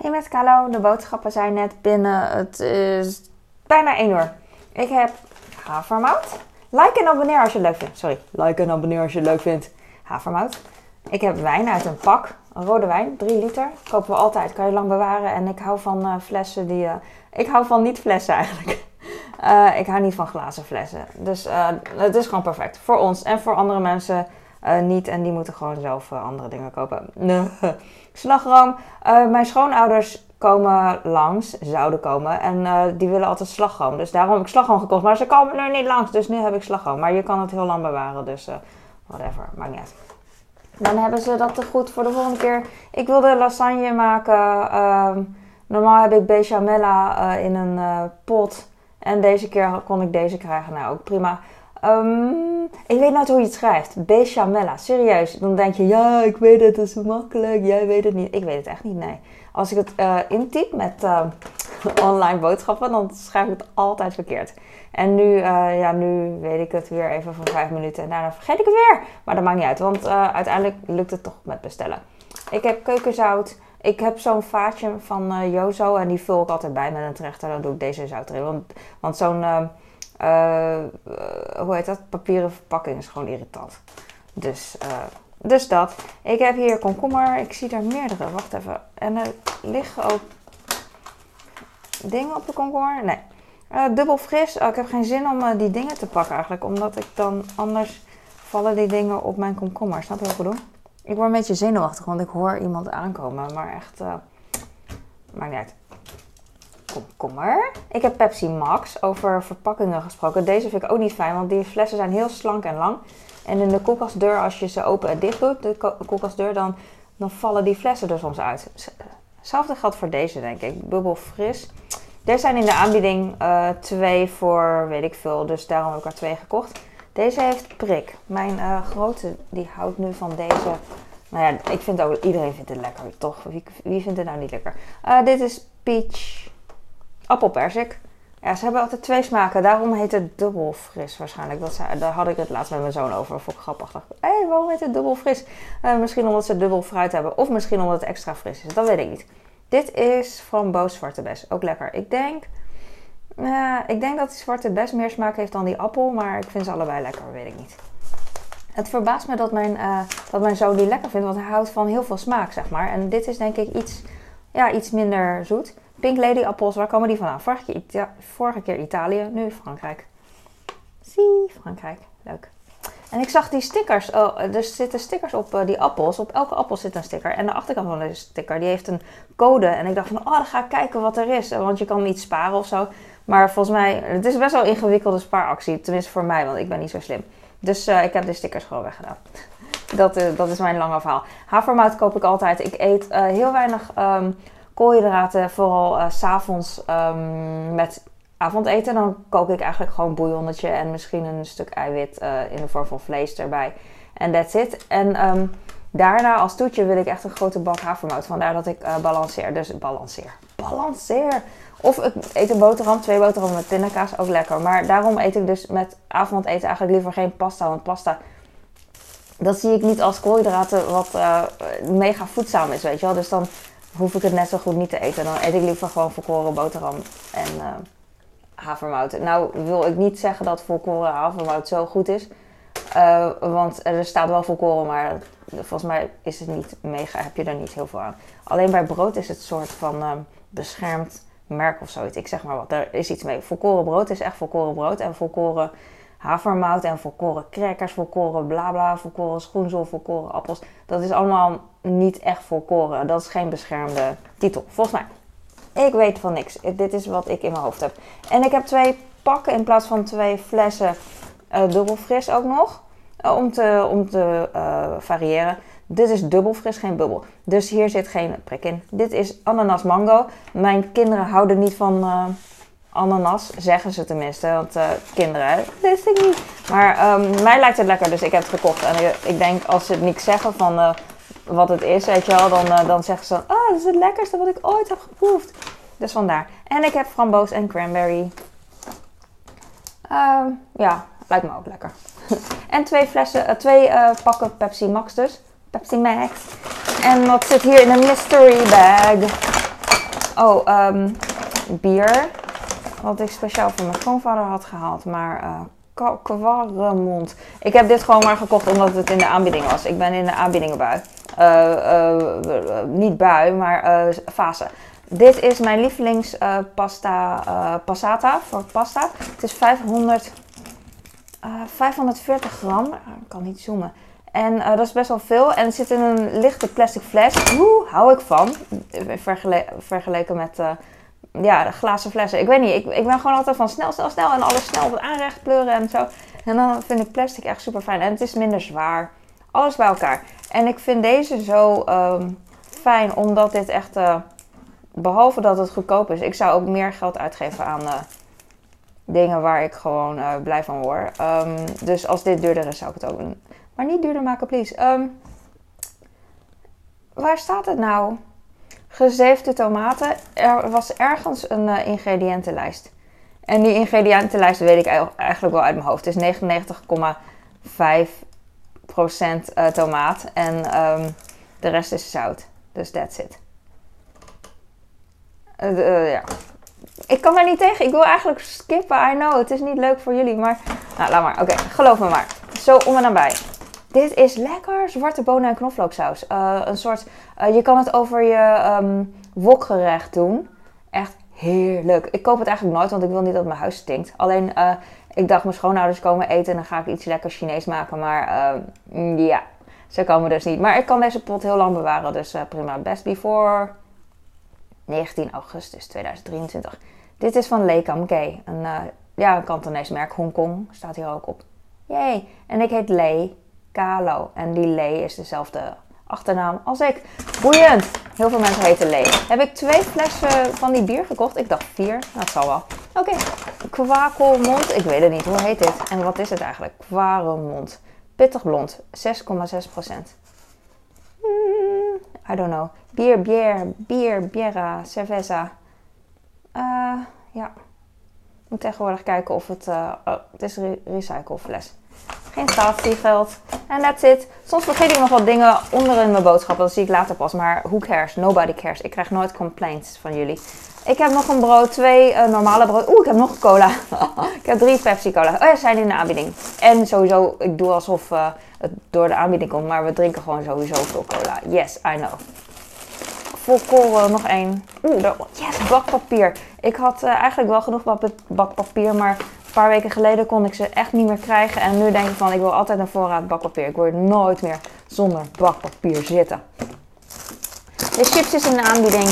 Hey met Carlo, de boodschappen zijn net binnen. Het is bijna 1 uur. Ik heb havermout. Like en abonneer als je het leuk vindt. Sorry, like en abonneer als je het leuk vindt. Havermout. Ik heb wijn uit een pak. Een rode wijn, 3 liter. Kopen we altijd, kan je lang bewaren. En ik hou van flessen die... ik hou van niet flessen eigenlijk. Ik hou niet van glazen flessen. Dus het is gewoon perfect. Voor ons en voor andere mensen niet. En die moeten gewoon zelf andere dingen kopen. Slagroom. Mijn schoonouders komen langs, zouden komen. En die willen altijd slagroom. Dus daarom heb ik slagroom gekocht. Maar ze komen nu niet langs, dus nu heb ik slagroom. Maar je kan het heel lang bewaren, dus whatever, maakt niet uit. Dan hebben ze dat te goed voor de volgende keer. Ik wilde lasagne maken. Normaal heb ik bechamella in een pot. En deze keer kon ik deze krijgen. Nou, ook prima. Ik weet nooit hoe je het schrijft. Bechamella, serieus. Dan denk je, ja, ik weet het, dat is makkelijk. Jij weet het niet. Ik weet het echt niet, nee. Als ik het intyp met online boodschappen, dan schrijf ik het altijd verkeerd. En nu weet ik het weer even voor 5 minuten en daarna vergeet ik het weer. Maar dat maakt niet uit, want uiteindelijk lukt het toch met bestellen. Ik heb keukenzout. Ik heb zo'n vaatje van Jozo en die vul ik altijd bij met een trechter. Dan doe ik deze zout erin. Want zo'n, hoe heet dat? Papieren verpakking is gewoon irritant. Dus dat. Ik heb hier komkommer. Ik zie er meerdere. Wacht even. En er liggen ook dingen op de komkommer. Nee. Dubbel fris. Ik heb geen zin om die dingen te pakken eigenlijk. Omdat ik dan anders vallen die dingen op mijn komkommer. Snap je wat ik bedoel? Ik word een beetje zenuwachtig, want ik hoor iemand aankomen. Maar echt, maakt niet uit. Komkommer. Ik heb Pepsi Max over verpakkingen gesproken. Deze vind ik ook niet fijn, want die flessen zijn heel slank en lang. En in de koelkastdeur, als je ze open en dicht doet, de koelkastdeur, dan vallen die flessen er soms uit. Hetzelfde geldt voor deze, denk ik. Bubbel fris. Deze zijn in de aanbieding 2 voor, weet ik veel, dus daarom heb ik er 2 gekocht. Deze heeft prik. Mijn grote, die houdt nu van deze. Nou ja, ik vind ook, iedereen vindt het lekker, toch? Wie vindt het nou niet lekker? Dit is peach appelperzik. Ja, ze hebben altijd 2 smaken. Daarom heet het dubbel fris waarschijnlijk. Daar had ik het laatst met mijn zoon over. Dat vond ik grappig. Hé, waarom heet het dubbel fris? Misschien omdat ze dubbel fruit hebben. Of misschien omdat het extra fris is. Dat weet ik niet. Dit is framboos zwarte bes. Ook lekker. Ik denk dat die zwarte bes meer smaak heeft dan die appel. Maar ik vind ze allebei lekker. Weet ik niet. Het verbaast me dat mijn zoon die lekker vindt. Want hij houdt van heel veel smaak, zeg maar. En dit is denk ik iets minder zoet. Pink Lady appels, waar komen die vandaan? Vorige keer Italië, nu Frankrijk. Zie, Frankrijk. Leuk. En ik zag die stickers. Er zitten stickers op die appels. Op elke appel zit een sticker. En de achterkant van de sticker, die heeft een code. En ik dacht van, dan ga ik kijken wat er is. Want je kan niet sparen of zo. Maar volgens mij, het is best wel een ingewikkelde spaaractie. Tenminste voor mij, want ik ben niet zo slim. Dus ik heb de stickers gewoon weggedaan. Dat is mijn lange verhaal. Havermout koop ik altijd. Ik eet heel weinig koolhydraten, vooral 's avonds met avondeten. Dan kook ik eigenlijk gewoon een bouillonnetje en misschien een stuk eiwit in de vorm van vlees erbij. En that's it. En daarna als toetje wil ik echt een grote bak havermout. Vandaar dat ik balanceer. Dus balanceer. Of ik eet een boterham, 2 boterhammen met pindakaas, ook lekker. Maar daarom eet ik dus met avondeten eigenlijk liever geen pasta. Want pasta, dat zie ik niet als koolhydraten wat mega voedzaam is, weet je wel. Dus dan hoef ik het net zo goed niet te eten. Dan eet ik liever gewoon volkoren boterham en havermout. Nou wil ik niet zeggen dat volkoren havermout zo goed is. Want er staat wel volkoren, maar volgens mij is het niet mega, heb je er niet heel veel aan. Alleen bij brood is het soort van beschermd merk of zoiets. Ik zeg maar wat, er is iets mee. Volkoren brood is echt volkoren brood. En volkoren havermout en volkoren crackers, volkoren blabla, volkoren schoensel, volkoren appels. Dat is allemaal niet echt volkoren. Dat is geen beschermde titel, volgens mij. Ik weet van niks. Dit is wat ik in mijn hoofd heb. En ik heb 2 pakken in plaats van 2 flessen dubbel fris ook nog. Om te variëren. Dit is dubbel fris, geen bubbel. Dus hier zit geen prik in. Dit is ananas mango. Mijn kinderen houden niet van ananas, zeggen ze tenminste. Want kinderen, dat wist ik niet. Maar mij lijkt het lekker, dus ik heb het gekocht. En ik denk, als ze het niet zeggen van wat het is, weet je wel, dan zeggen ze, dat is het lekkerste wat ik ooit heb geproefd. Dus vandaar. En ik heb framboos en cranberry. Ja, lijkt me ook lekker. En 2 pakken Pepsi Max dus. Pepsi Max. En wat zit hier in een mystery bag? Bier. Wat ik speciaal voor mijn schoonvader had gehaald. Maar Kwaremond. Ik heb dit gewoon maar gekocht omdat het in de aanbieding was. Ik ben in de aanbiedingenbui. Niet bui, maar fase. Dit is mijn lievelings passata voor pasta. Het is 540 gram. Ik kan niet zoomen. En dat is best wel veel. En het zit in een lichte plastic fles. Hou ik van. Vergeleken met de glazen flessen. Ik weet niet. Ik ben gewoon altijd van snel. En alles snel op het aanrecht pleuren en zo. En dan vind ik plastic echt super fijn. En het is minder zwaar. Alles bij elkaar. En ik vind deze zo fijn. Omdat dit echt... behalve dat het goedkoop is. Ik zou ook meer geld uitgeven aan dingen waar ik gewoon blij van word. Dus als dit duurder is, zou ik het ook doen. Maar niet duurder maken, please. Waar staat het nou? Gezeefde tomaten. Er was ergens een ingrediëntenlijst. En die ingrediëntenlijst weet ik eigenlijk wel uit mijn hoofd. Het is 99,5% tomaat. En de rest is zout. Dus that's it. Ja. Ik kan daar niet tegen. Ik wil eigenlijk skippen. I know. Het is niet leuk voor jullie. Maar nou, laat maar. Oké, geloof me maar. Zo om en nabij. Dit is lekker zwarte bonen en knoflooksaus. Een soort... je kan het over je wokgerecht doen. Echt heerlijk. Ik koop het eigenlijk nooit, want ik wil niet dat mijn huis stinkt. Alleen, ik dacht mijn schoonouders komen eten en dan ga ik iets lekker Chinees maken. Maar ja, ze komen dus niet. Maar ik kan deze pot heel lang bewaren, dus prima. Best before 19 augustus 2023. Dit is van Lekam Gay. Een Kantonees merk. Hongkong staat hier ook op. Yay. En ik heet Lei Kalo. En die Lei is dezelfde achternaam als ik. Boeiend. Heel veel mensen heten Lei. Heb ik 2 flessen van die bier gekocht? Ik dacht 4. Dat zal wel. Oké. Kwakelmond. Ik weet het niet. Hoe heet dit? En wat is het eigenlijk? Kwaremond. Pittig blond. 6,6%. I don't know. Bier, biera, cerveza. Ja. Ik moet tegenwoordig kijken of het... het is recyclefles. Geen statiegeld. En that's it. Soms vergeet ik nog wat dingen onderin mijn boodschappen. Dat zie ik later pas. Maar who cares? Nobody cares. Ik krijg nooit complaints van jullie. Ik heb nog een brood. 2 normale brood. Ik heb nog een cola. Ik heb 3 Pepsi cola. Oh ja, zijn in de aanbieding. En sowieso, ik doe alsof het door de aanbieding komt. Maar we drinken gewoon sowieso veel cola. Yes, I know. Volkoren, nog 1. Yes, bakpapier. Ik had eigenlijk wel genoeg bakpapier, maar een paar weken geleden kon ik ze echt niet meer krijgen. En nu denk ik van, ik wil altijd een voorraad bakpapier. Ik word nooit meer zonder bakpapier zitten. De chips is in de aanbieding.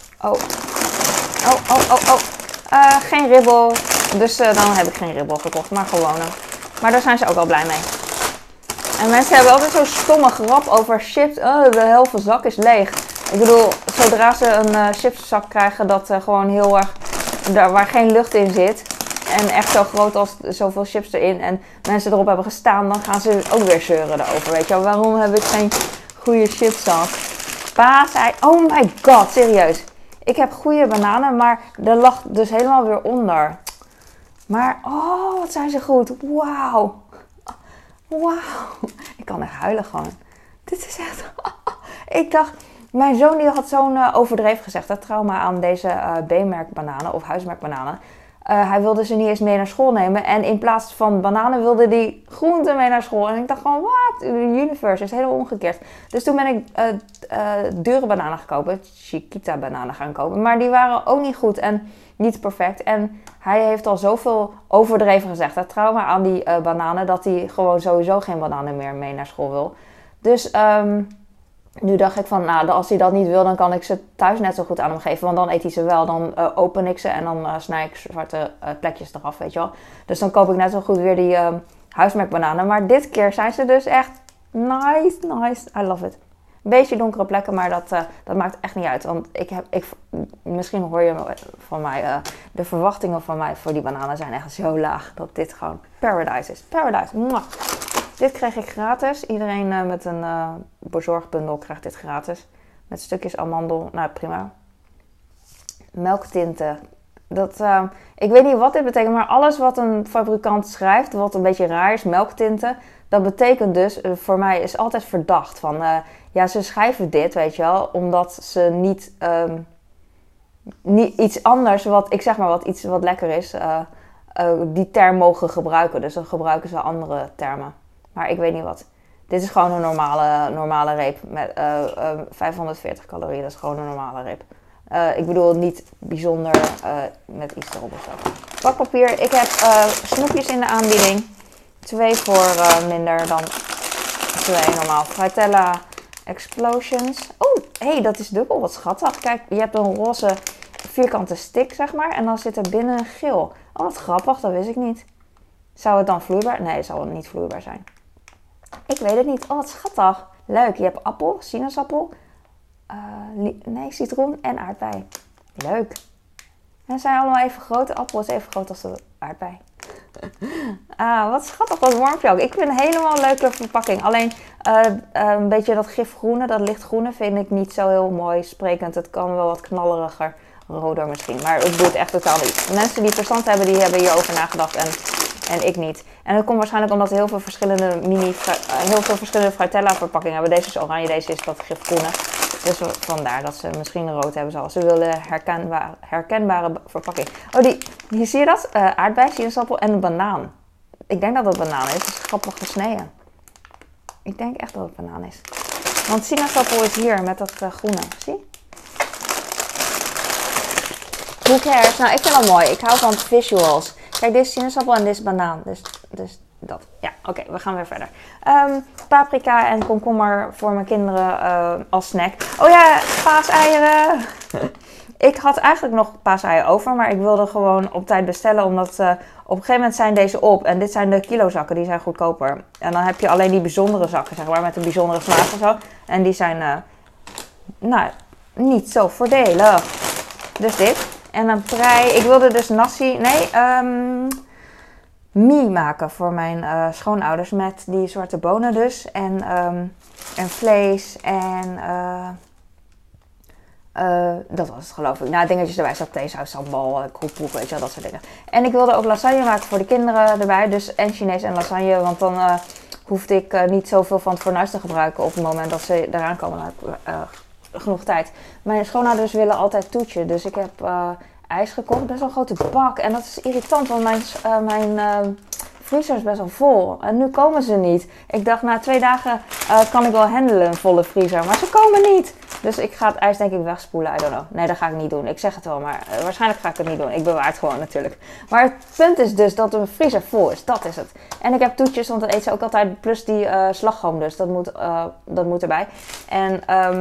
Geen ribbel. Dus dan heb ik geen ribbel gekocht, maar gewone. Maar daar zijn ze ook wel blij mee. En mensen hebben altijd zo'n stomme grap over chips. De helft van de zak is leeg. Ik bedoel, zodra ze een chipszak krijgen dat gewoon heel erg, waar geen lucht in zit. En echt zo groot als zoveel chips erin. En mensen erop hebben gestaan, dan gaan ze ook weer zeuren erover. Weet je wel, waarom heb ik geen goede chipszak? Pa zei, oh my god, serieus. Ik heb goede bananen, maar er lag dus helemaal weer onder. Maar, oh, wat zijn ze goed. Wauw. Ik kan echt huilen gewoon. Dit is echt... Ik dacht... Mijn zoon die had zo'n overdreven gezegd, dat trauma aan deze B-merk bananen of huismerk bananen. Hij wilde ze niet eens mee naar school nemen. En in plaats van bananen wilde hij groenten mee naar school. En ik dacht gewoon, wat? De universe is helemaal omgekeerd. Dus toen ben ik dure bananen gekocht. Chiquita bananen gaan kopen. Maar die waren ook niet goed en niet perfect. En hij heeft al zoveel overdreven gezegd. Dat trauma aan die bananen. Dat hij gewoon sowieso geen bananen meer mee naar school wil. Dus... nu dacht ik van, nou, als hij dat niet wil, dan kan ik ze thuis net zo goed aan hem geven. Want dan eet hij ze wel. Dan open ik ze en dan snij ik zwarte plekjes eraf, weet je wel. Dus dan koop ik net zo goed weer die huismerkbananen. Maar dit keer zijn ze dus echt nice. I love it. Een beetje donkere plekken, maar dat maakt echt niet uit. Want misschien hoor je van mij, de verwachtingen van mij voor die bananen zijn echt zo laag. Dat dit gewoon paradise is. Paradise. Mwah. Dit kreeg ik gratis. Iedereen met een bezorgbundel krijgt dit gratis. Met stukjes amandel. Nou, prima. Melktinten. Ik weet niet wat dit betekent, maar alles wat een fabrikant schrijft, wat een beetje raar is, melktinten, dat betekent dus, voor mij is altijd verdacht van, ja, ze schrijven dit, weet je wel, omdat ze niet niet iets anders, iets wat lekker is, die term mogen gebruiken. Dus dan gebruiken ze andere termen. Maar ik weet niet wat. Dit is gewoon een normale reep met 540 calorieën. Dat is gewoon een normale reep. Ik bedoel niet bijzonder met iets erop of zo. Bakpapier. Ik heb snoepjes in de aanbieding. 2 voor minder dan 2 normaal. Fratella Explosions. Oh, hé, dat is dubbel. Wat schattig. Kijk, je hebt een roze vierkante stick, zeg maar. En dan zit er binnen een geel. Oh, wat grappig. Dat wist ik niet. Zou het dan vloeibaar? Nee, het zal niet vloeibaar zijn. Ik weet het niet. Oh, wat schattig. Leuk. Je hebt appel, sinaasappel. Citroen en aardbei. Leuk. En ze zijn allemaal even groot. De appel is even groot als de aardbei. Wat schattig, wat wormpje ook. Ik vind een helemaal leuke verpakking. Alleen een beetje dat gifgroene, dat lichtgroene vind ik niet zo heel mooi sprekend. Het kan wel wat knalleriger, roder misschien. Maar het doet echt totaal niet. De mensen die verstand hebben, die hebben hierover nagedacht en ik niet. En dat komt waarschijnlijk omdat we heel veel verschillende Fratella verpakkingen hebben. Deze is oranje, deze is dat gifgroene. Dus vandaar dat ze misschien rood hebben zoals ze willen. Herkenbare verpakking. Oh, hier zie je dat? Aardbei, sinaasappel en een banaan. Ik denk dat het banaan is. Het is grappig gesneden. Ik denk echt dat het banaan is. Want sinaasappel is hier met dat groene. Zie? Who cares? Nou, ik vind dat mooi. Ik hou van visuals. Kijk, dit is sinaasappel en dit is banaan. Dus dat. Ja, oké, we gaan weer verder. Paprika en komkommer voor mijn kinderen als snack. Oh ja, paaseieren. Ik had eigenlijk nog paaseieren over, maar ik wilde gewoon op tijd bestellen. Omdat op een gegeven moment zijn deze op. En dit zijn de kilozakken, die zijn goedkoper. En dan heb je alleen die bijzondere zakken, zeg maar, met een bijzondere smaak of zo. En die zijn, niet zo voordelig. Dus dit. En een prei. Ik wilde dus mie maken voor mijn schoonouders met die zwarte bonen dus. En vlees en dat was het geloof ik. Nou, dingetjes erbij, satésaus, sambal, kroephoek, weet je wel, dat soort dingen. En ik wilde ook lasagne maken voor de kinderen erbij. Dus en Chinees en lasagne, want dan hoefde ik niet zoveel van het fornuis te gebruiken op het moment dat ze eraan komen. Genoeg tijd. Mijn schoonouders willen altijd toetje, dus ik heb ijs gekocht. Best wel een grote bak. En dat is irritant, want mijn vriezer is best wel vol. En nu komen ze niet. Ik dacht, na 2 dagen kan ik wel handelen een volle vriezer. Maar ze komen niet. Dus ik ga het ijs denk ik wegspoelen. I don't know. Nee, dat ga ik niet doen. Ik zeg het wel, maar waarschijnlijk ga ik het niet doen. Ik bewaar het gewoon natuurlijk. Maar het punt is dus dat mijn vriezer vol is. Dat is het. En ik heb toetjes, want dat eet ze ook altijd. Plus die slagroom dus. Dat moet erbij. En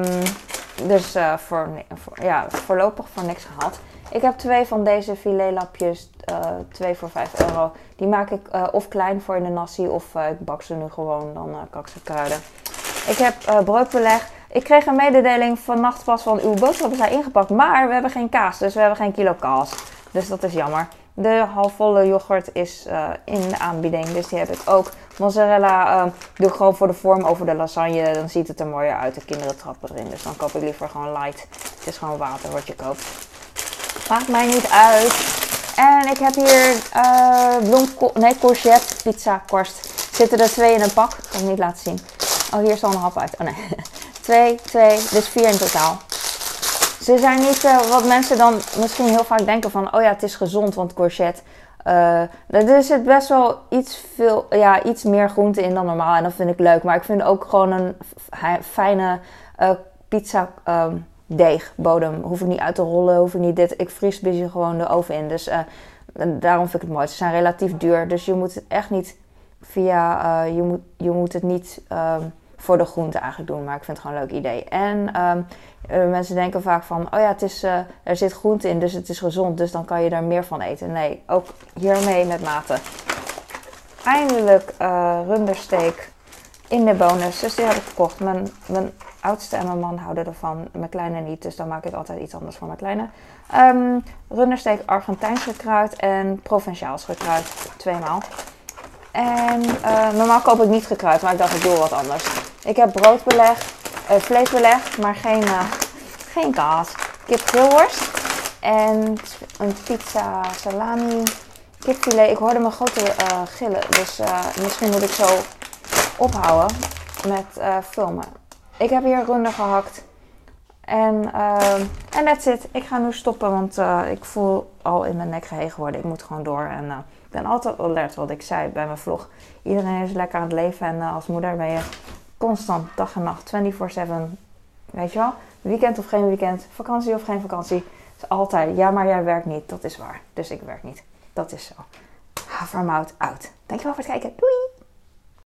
dus voorlopig voor niks gehaald. Ik heb 2 van deze filetlapjes, 2 voor €5. Die maak ik of klein voor in de nasi of ik bak ze nu gewoon, dan kan ik ze kruiden. Ik heb broodbeleg. Ik kreeg een mededeling vannacht pas van uw boodschappen zijn ingepakt, maar we hebben geen kaas, dus we hebben geen kilo kaas. Dus dat is jammer. De halfvolle yoghurt is in de aanbieding, dus die heb ik ook. Mozzarella doe ik gewoon voor de vorm over de lasagne, dan ziet het er mooier uit. De kinderen trappen erin, dus dan koop ik liever gewoon light. Het is gewoon water wat je koopt. Maakt mij niet uit. En ik heb hier courgette pizza korst. Zitten er 2 in een pak. Kan ik niet laten zien. Oh, hier is al een hap uit. Oh nee. 2, dus 4 in totaal. Ze zijn niet wat mensen dan misschien heel vaak denken van, oh ja, het is gezond, want courgette. Er zit best wel iets meer groente in dan normaal en dat vind ik leuk. Maar ik vind ook gewoon een fijne pizza deegbodem. Hoef ik niet uit te rollen, hoef ik niet dit. Ik vries beetje gewoon de oven in. Dus daarom vind ik het mooi. Ze zijn relatief duur, dus je moet het echt niet je moet het niet voor de groente eigenlijk doen. Maar ik vind het gewoon een leuk idee. En mensen denken vaak van, oh ja, er zit groente in, dus het is gezond. Dus dan kan je daar meer van eten. Nee, ook hiermee met mate. Eindelijk rundersteak in de bonus. Dus die heb ik gekocht. Mijn oudste en mijn man houden ervan. Mijn kleine niet. Dus dan maak ik altijd iets anders voor mijn kleine. Rundersteak Argentijns gekruid en Provençaals gekruid. 2 maal. En normaal koop ik niet gekruid. Maar ik dacht, ik doe wat anders. Ik heb broodbeleg. Vleesbeleg. Maar geen kaas. Kip grillworst. En een pizza salami. Kipfilet. Ik hoorde mijn grote gillen. Dus misschien moet ik zo ophouden met filmen. Ik heb hier runder gehakt. En that's it. Ik ga nu stoppen, want ik voel al in mijn nek gehegen worden. Ik moet gewoon door. En ik ben altijd alert, wat ik zei bij mijn vlog. Iedereen is lekker aan het leven. En als moeder ben je constant dag en nacht, 24/7. Weet je wel? Weekend of geen weekend, vakantie of geen vakantie. Is altijd, ja, maar jij werkt niet. Dat is waar. Dus ik werk niet. Dat is zo. Havermout out. Dankjewel voor het kijken. Doei!